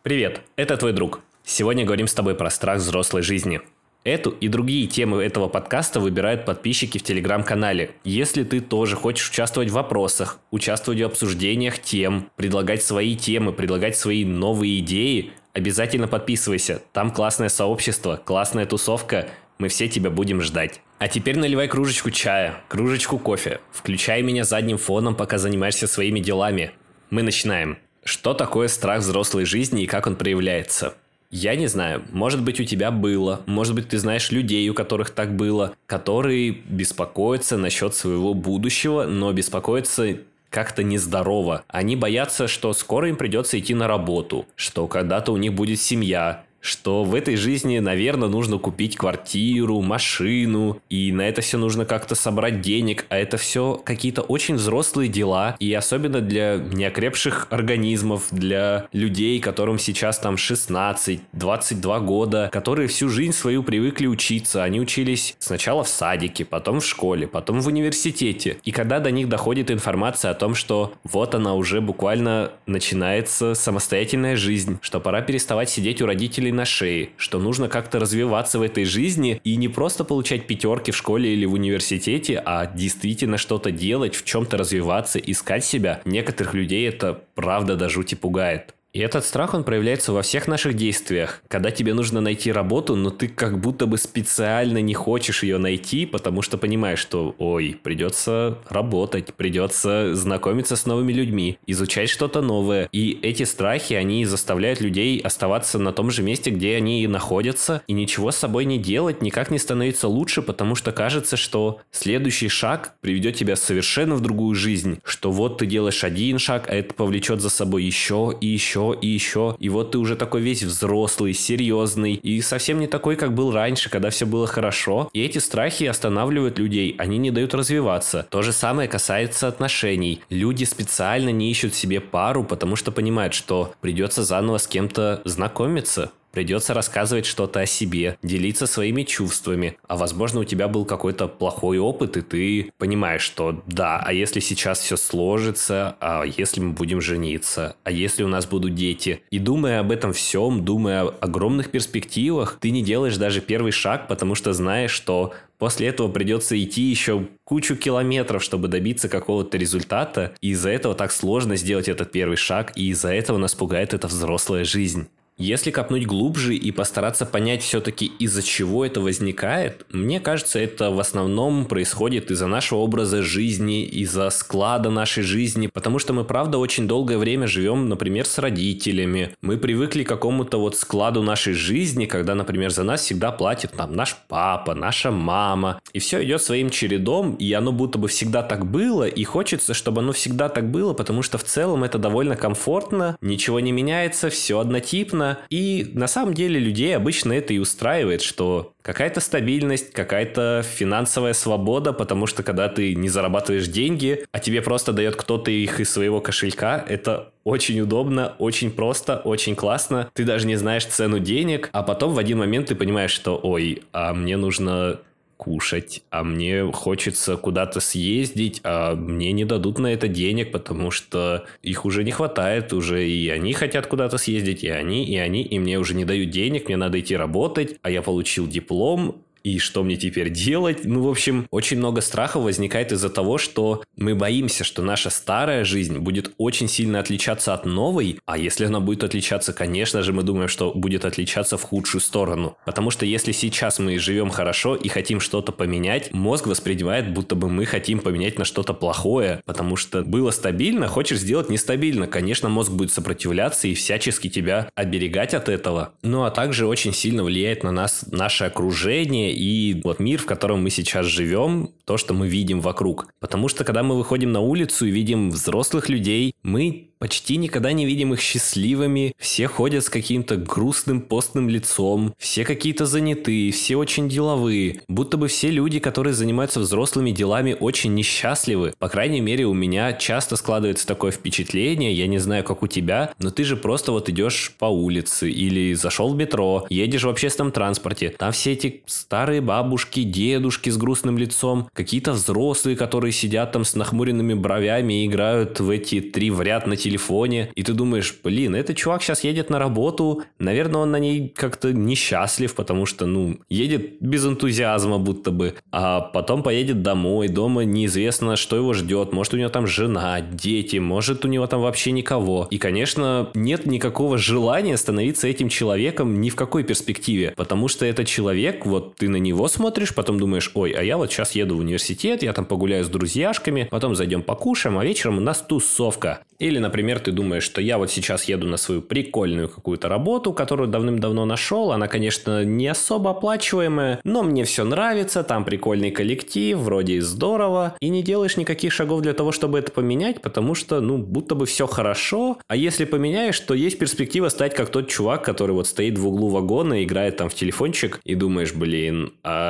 Привет, это твой друг. Сегодня говорим с тобой про страх взрослой жизни. Эту и другие темы этого подкаста выбирают подписчики в телеграм-канале. Если ты тоже хочешь участвовать в вопросах, участвовать в обсуждениях тем, предлагать свои темы, предлагать свои новые идеи, обязательно подписывайся. Там классное сообщество, классная тусовка. Мы все тебя будем ждать. А теперь наливай кружечку чая, кружечку кофе. Включай меня задним фоном, пока занимаешься своими делами. Мы начинаем. Что такое страх взрослой жизни и как он проявляется? Я не знаю, может быть у тебя было, может быть ты знаешь людей, у которых так было, которые беспокоятся насчет своего будущего, но беспокоятся как-то нездорово. Они боятся, что скоро им придется идти на работу, что когда-то у них будет семья, что в этой жизни, наверное, нужно купить квартиру, машину, и на это все нужно как-то собрать денег, а это все какие-то очень взрослые дела, и особенно для неокрепших организмов, для людей, которым сейчас там 16-22 года, которые всю жизнь свою привыкли учиться. Они учились сначала в садике, потом в школе, потом в университете, и когда до них доходит информация о том, что вот она уже буквально начинается самостоятельная жизнь, что пора переставать сидеть у родителей на шее, что нужно как-то развиваться в этой жизни и не просто получать пятерки в школе или в университете, а действительно что-то делать, в чем-то развиваться, искать себя. Некоторых людей это правда до жути пугает. И этот страх, он проявляется во всех наших действиях. Когда тебе нужно найти работу, но ты как будто бы специально не хочешь ее найти, потому что понимаешь, что, придется работать, придется знакомиться с новыми людьми, изучать что-то новое. И эти страхи, они заставляют людей оставаться на том же месте, где они и находятся, и ничего с собой не делать, никак не становиться лучше, потому что кажется, что следующий шаг приведет тебя совершенно в другую жизнь, что вот ты делаешь один шаг, а это повлечет за собой еще и еще, и вот ты уже такой весь взрослый, серьезный и совсем не такой, как был раньше, когда все было хорошо. И эти страхи останавливают людей, они не дают развиваться. То же самое касается отношений. Люди специально не ищут себе пару, потому что понимают, что придется заново с кем-то знакомиться. Придется рассказывать что-то о себе, делиться своими чувствами. А возможно, у тебя был какой-то плохой опыт, и ты понимаешь, что да, а если сейчас все сложится, а если мы будем жениться, а если у нас будут дети. И думая об этом всем, думая о огромных перспективах, ты не делаешь даже первый шаг, потому что знаешь, что после этого придется идти еще кучу километров, чтобы добиться какого-то результата. И из-за этого так сложно сделать этот первый шаг, и из-за этого нас пугает эта взрослая жизнь. Если копнуть глубже и постараться понять все-таки, из-за чего это возникает, мне кажется, это в основном происходит из-за нашего образа жизни, из-за склада нашей жизни, потому что мы, правда, очень долгое время живем, например, с родителями. Мы привыкли к какому-то складу нашей жизни, когда, например, за нас всегда платит наш папа, наша мама, и все идет своим чередом, и оно будто бы всегда так было, и хочется, чтобы оно всегда так было, потому что в целом это довольно комфортно, ничего не меняется, все однотипно. И на самом деле людей обычно это и устраивает, что какая-то стабильность, какая-то финансовая свобода, потому что когда ты не зарабатываешь деньги, а тебе просто дает кто-то их из своего кошелька, это очень удобно, очень просто, очень классно. Ты даже не знаешь цену денег, а потом в один момент ты понимаешь, что а мне нужно кушать, а мне хочется куда-то съездить, а мне не дадут на это денег, потому что их уже не хватает, уже и они хотят куда-то съездить, и они, и мне уже не дают денег, мне надо идти работать, а я получил диплом, и что мне теперь делать? В общем, очень много страхов возникает из-за того, что мы боимся, что наша старая жизнь будет очень сильно отличаться от новой, а если она будет отличаться, конечно же, мы думаем, что будет отличаться в худшую сторону. Потому что если сейчас мы живем хорошо и хотим что-то поменять, мозг воспринимает, будто бы мы хотим поменять на что-то плохое, потому что было стабильно, хочешь сделать нестабильно. Конечно, мозг будет сопротивляться и всячески тебя оберегать от этого. А также очень сильно влияет на нас наше окружение и мир, в котором мы сейчас живем, то, что мы видим вокруг. Потому что, когда мы выходим на улицу и видим взрослых людей, мы почти никогда не видим их счастливыми, все ходят с каким-то грустным постным лицом, все какие-то занятые, все очень деловые, будто бы все люди, которые занимаются взрослыми делами, очень несчастливы. По крайней мере, у меня часто складывается такое впечатление, я не знаю, как у тебя, но ты же просто идешь по улице или зашел в метро, едешь в общественном транспорте, там все эти старые бабушки, дедушки с грустным лицом, какие-то взрослые, которые сидят там с нахмуренными бровями и играют в эти 3 в ряд на телефоне, и ты думаешь, блин, этот чувак сейчас едет на работу, наверное, он на ней как-то несчастлив, потому что, едет без энтузиазма будто бы, а потом поедет домой, дома неизвестно, что его ждет, может, у него там жена, дети, может, у него там вообще никого. И, конечно, нет никакого желания становиться этим человеком ни в какой перспективе, потому что этот человек, вот ты на него смотришь, потом думаешь, ой, а я вот сейчас еду в университет, я там погуляю с друзьяшками, потом зайдем покушаем, а вечером у нас тусовка. Или, например, ты думаешь, что я вот сейчас еду на свою прикольную какую-то работу, которую давным-давно нашел, она, конечно, не особо оплачиваемая, но мне все нравится, там прикольный коллектив, вроде и здорово, и не делаешь никаких шагов для того, чтобы это поменять, потому что, будто бы все хорошо, а если поменяешь, то есть перспектива стать как тот чувак, который вот стоит в углу вагона, играет там в телефончик, и думаешь, блин,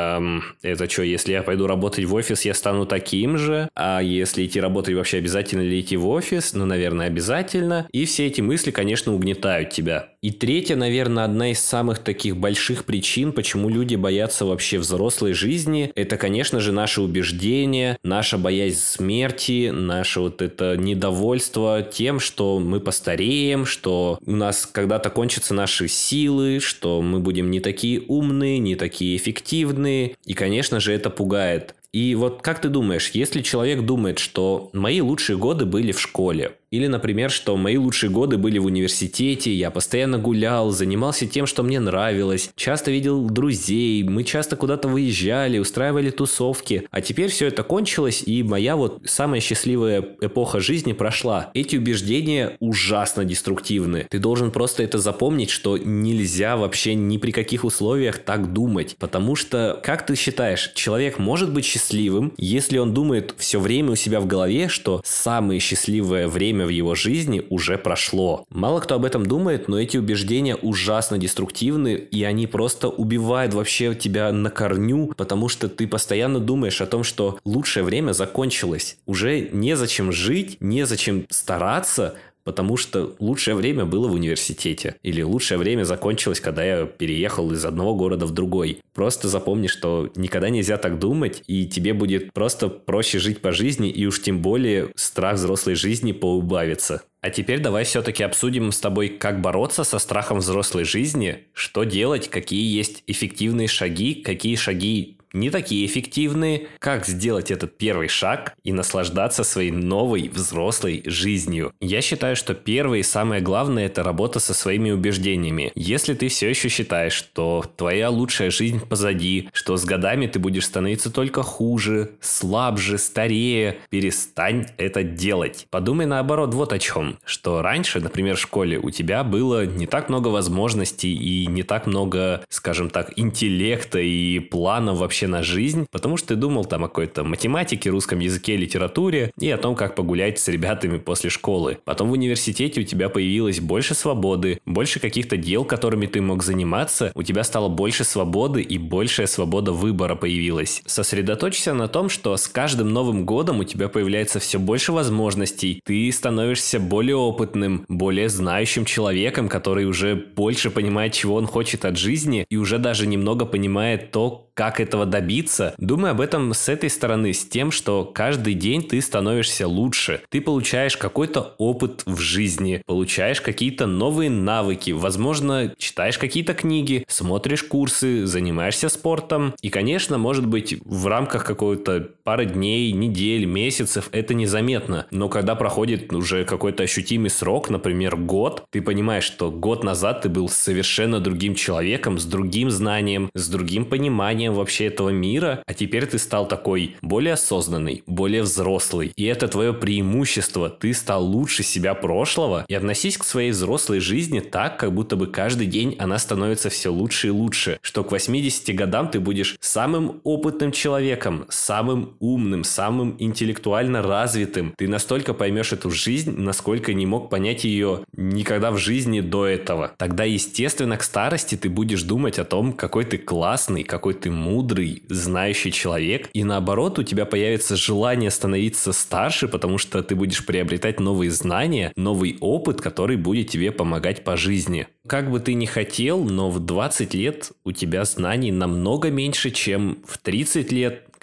это что, если я пойду работать в офис, я стану таким же, а если идти работать, вообще обязательно ли идти в офис? Наверное, обязательно, и все эти мысли, конечно, угнетают тебя. И третья, наверное, одна из самых таких больших причин, почему люди боятся вообще взрослой жизни, это, конечно же, наши убеждения, наша боязнь смерти, наше вот это недовольство тем, что мы постареем, что у нас когда-то кончатся наши силы, что мы будем не такие умные, не такие эффективные, и, конечно же, это пугает. И вот как ты думаешь, если человек думает, что мои лучшие годы были в школе, или, например, что мои лучшие годы были в университете, я постоянно гулял, занимался тем, что мне нравилось, часто видел друзей, мы часто куда-то выезжали, устраивали тусовки, а теперь все это кончилось, и моя вот самая счастливая эпоха жизни прошла. Эти убеждения ужасно деструктивны. Ты должен просто это запомнить, что нельзя вообще ни при каких условиях так думать, потому что, как ты считаешь, человек может быть счастливым, если он думает все время у себя в голове, что самое счастливое время в его жизни уже прошло. Мало кто об этом думает, но эти убеждения ужасно деструктивны, и они просто убивают вообще тебя на корню, потому что ты постоянно думаешь о том, что лучшее время закончилось. Уже незачем жить, незачем стараться, потому что лучшее время было в университете. Или лучшее время закончилось, когда я переехал из одного города в другой. Просто запомни, что никогда нельзя так думать, и тебе будет просто проще жить по жизни, и уж тем более страх взрослой жизни поубавится. А теперь давай все-таки обсудим с тобой, как бороться со страхом взрослой жизни, что делать, какие есть эффективные шаги, какие шаги не такие эффективные, как сделать этот первый шаг и наслаждаться своей новой взрослой жизнью. Я считаю, что первое и самое главное – это работа со своими убеждениями. Если ты все еще считаешь, что твоя лучшая жизнь позади, что с годами ты будешь становиться только хуже, слабже, старее, перестань это делать. Подумай наоборот вот о чем, что раньше, например, в школе у тебя было не так много возможностей и не так много, скажем так, интеллекта и планов вообще на жизнь, потому что ты думал там о какой-то математике, русском языке, литературе и о том, как погулять с ребятами после школы. Потом в университете у тебя появилось больше свободы, больше каких-то дел, которыми ты мог заниматься, у тебя стало больше свободы и большая свобода выбора появилась. Сосредоточься на том, что с каждым Новым годом у тебя появляется все больше возможностей, ты становишься более опытным, более знающим человеком, который уже больше понимает, чего он хочет от жизни и уже даже немного понимает то, как этого добиться. Думай об этом с этой стороны, с тем, что каждый день ты становишься лучше. Ты получаешь какой-то опыт в жизни, получаешь какие-то новые навыки, возможно, читаешь какие-то книги, смотришь курсы, занимаешься спортом. И, конечно, может быть, в рамках какой-то пары дней, недель, месяцев это незаметно. Но когда проходит уже какой-то ощутимый срок, например, год, ты понимаешь, что год назад ты был совершенно другим человеком, с другим знанием, с другим пониманием вообще этого мира, а теперь ты стал такой более осознанный, более взрослый. И это твое преимущество. Ты стал лучше себя прошлого. И относись к своей взрослой жизни так, как будто бы каждый день она становится все лучше и лучше. Что к 80 годам ты будешь самым опытным человеком, самым умным, самым интеллектуально развитым. Ты настолько поймешь эту жизнь, насколько не мог понять ее никогда в жизни до этого. Тогда, естественно, к старости ты будешь думать о том, какой ты классный, какой ты мудрый, знающий человек, и наоборот, у тебя появится желание становиться старше, потому что ты будешь приобретать новые знания, новый опыт, который будет тебе помогать по жизни. Как бы ты ни хотел, но в 20 лет у тебя знаний намного меньше, чем в 30 лет.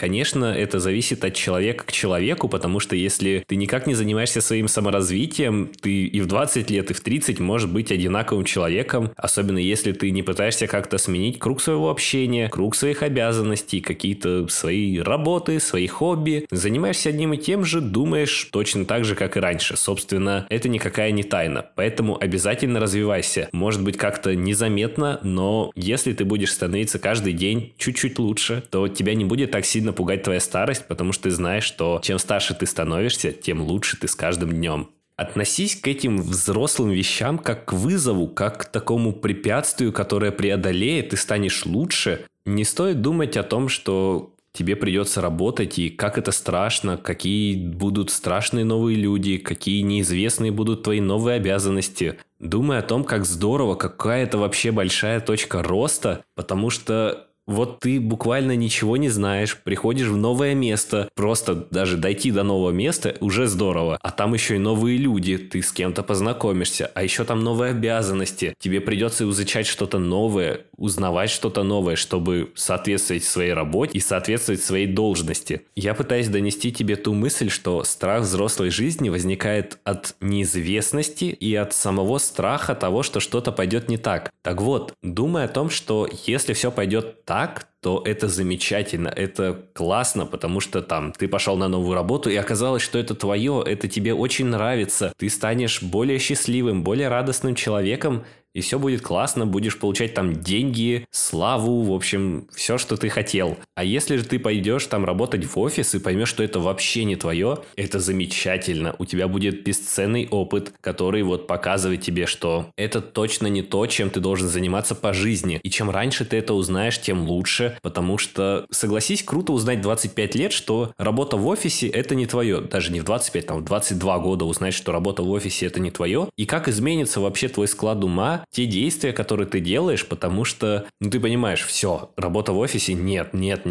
Конечно, это зависит от человека к человеку, потому что если ты никак не занимаешься своим саморазвитием, ты и в 20 лет, и в 30 можешь быть одинаковым человеком, особенно если ты не пытаешься как-то сменить круг своего общения, круг своих обязанностей, какие-то свои работы, свои хобби. Занимаешься одним и тем же, думаешь точно так же, как и раньше. Собственно, это никакая не тайна. Поэтому обязательно развивайся. Может быть, как-то незаметно, но если ты будешь становиться каждый день чуть-чуть лучше, то тебя не будет так сильно пугать твоя старость, потому что ты знаешь, что чем старше ты становишься, тем лучше ты с каждым днем. Относись к этим взрослым вещам как к вызову, как к такому препятствию, которое преодолеет, ты станешь лучше. Не стоит думать о том, что тебе придется работать, и как это страшно, какие будут страшные новые люди, какие неизвестные будут твои новые обязанности. Думай о том, как здорово, какая это вообще большая точка роста, потому что вот ты буквально ничего не знаешь, приходишь в новое место, просто даже дойти до нового места уже здорово, а там еще и новые люди, ты с кем-то познакомишься, а еще там новые обязанности, тебе придется изучать что-то новое, узнавать что-то новое, чтобы соответствовать своей работе и соответствовать своей должности. Я пытаюсь донести тебе ту мысль, что страх взрослой жизни возникает от неизвестности и от самого страха того, что что-то пойдет не так. Так вот, думай о том, что если все пойдет так, то это замечательно, это классно, потому что там ты пошел на новую работу, и оказалось, что это твое, это тебе очень нравится, ты станешь более счастливым, более радостным человеком, и все будет классно, будешь получать там деньги, славу, в общем, все, что ты хотел. А если же ты пойдешь там работать в офис и поймешь, что это вообще не твое, это замечательно. У тебя будет бесценный опыт, который вот показывает тебе, что это точно не то, чем ты должен заниматься по жизни. И чем раньше ты это узнаешь, тем лучше, потому что, согласись, круто узнать 25 лет, что работа в офисе – это не твое. Даже не в 25, там в 22 года узнать, что работа в офисе – это не твое. И как изменится вообще твой склад ума, те действия, которые ты делаешь, потому что, ты понимаешь, все, работа в офисе, нет,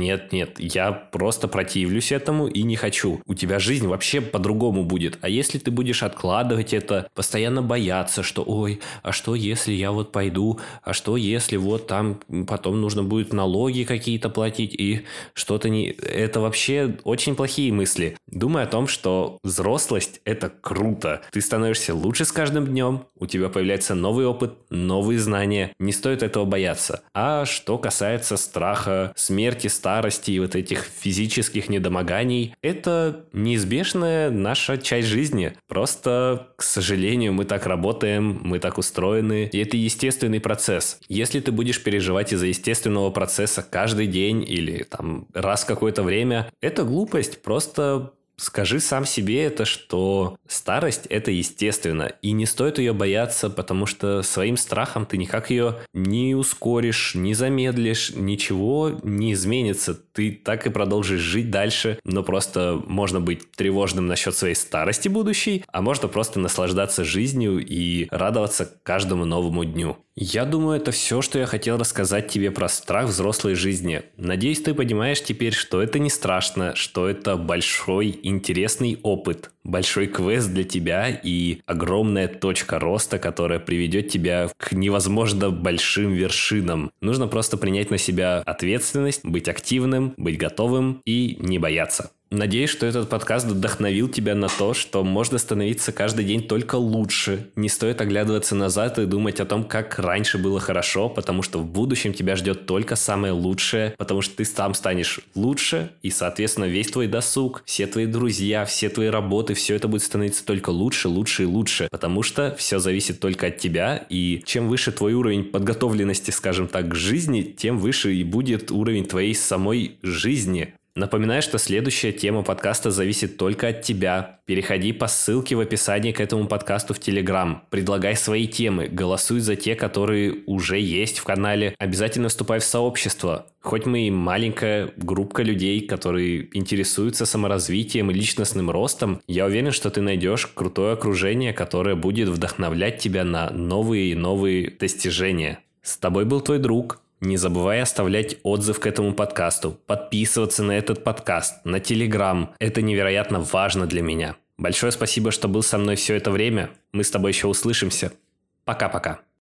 я просто противлюсь этому и не хочу. У тебя жизнь вообще по-другому будет. А если ты будешь откладывать это, постоянно бояться, что, ой, а что если я вот пойду, а что если вот там потом нужно будет налоги какие-то платить и что-то не... Это вообще очень плохие мысли. Думай о том, что взрослость – это круто. Ты становишься лучше с каждым днем, у тебя появляется новый опыт, новые знания. Не стоит этого бояться. А что касается страха, смерти, старости и вот этих физических недомоганий, это неизбежная наша часть жизни. Просто, к сожалению, мы так работаем, мы так устроены, и это естественный процесс. Если ты будешь переживать из-за естественного процесса каждый день или там раз в какое-то время, это глупость. Просто скажи сам себе это, что старость – это естественно, и не стоит ее бояться, потому что своим страхом ты никак ее не ускоришь, не замедлишь, ничего не изменится. Ты так и продолжишь жить дальше, но просто можно быть тревожным насчет своей старости будущей, а можно просто наслаждаться жизнью и радоваться каждому новому дню. Я думаю, это все, что я хотел рассказать тебе про страх взрослой жизни. Надеюсь, ты понимаешь теперь, что это не страшно, что это большой интересный опыт, большой квест для тебя и огромная точка роста, которая приведет тебя к невозможно большим вершинам. Нужно просто принять на себя ответственность, быть активным, быть готовым и не бояться. Надеюсь, что этот подкаст вдохновил тебя на то, что можно становиться каждый день только лучше. Не стоит оглядываться назад и думать о том, как раньше было хорошо, потому что в будущем тебя ждет только самое лучшее, потому что ты сам станешь лучше, и, соответственно, весь твой досуг, все твои друзья, все твои работы, все это будет становиться только лучше, лучше и лучше, потому что все зависит только от тебя, и чем выше твой уровень подготовленности, скажем так, к жизни, тем выше и будет уровень твоей самой жизни. Напоминаю, что следующая тема подкаста зависит только от тебя. Переходи по ссылке в описании к этому подкасту в Telegram. Предлагай свои темы, голосуй за те, которые уже есть в канале. Обязательно вступай в сообщество. Хоть мы и маленькая группка людей, которые интересуются саморазвитием и личностным ростом, я уверен, что ты найдешь крутое окружение, которое будет вдохновлять тебя на новые и новые достижения. С тобой был твой друг. Не забывай оставлять отзыв к этому подкасту, подписываться на этот подкаст, на Telegram. Это невероятно важно для меня. Большое спасибо, что был со мной все это время. Мы с тобой еще услышимся. Пока-пока.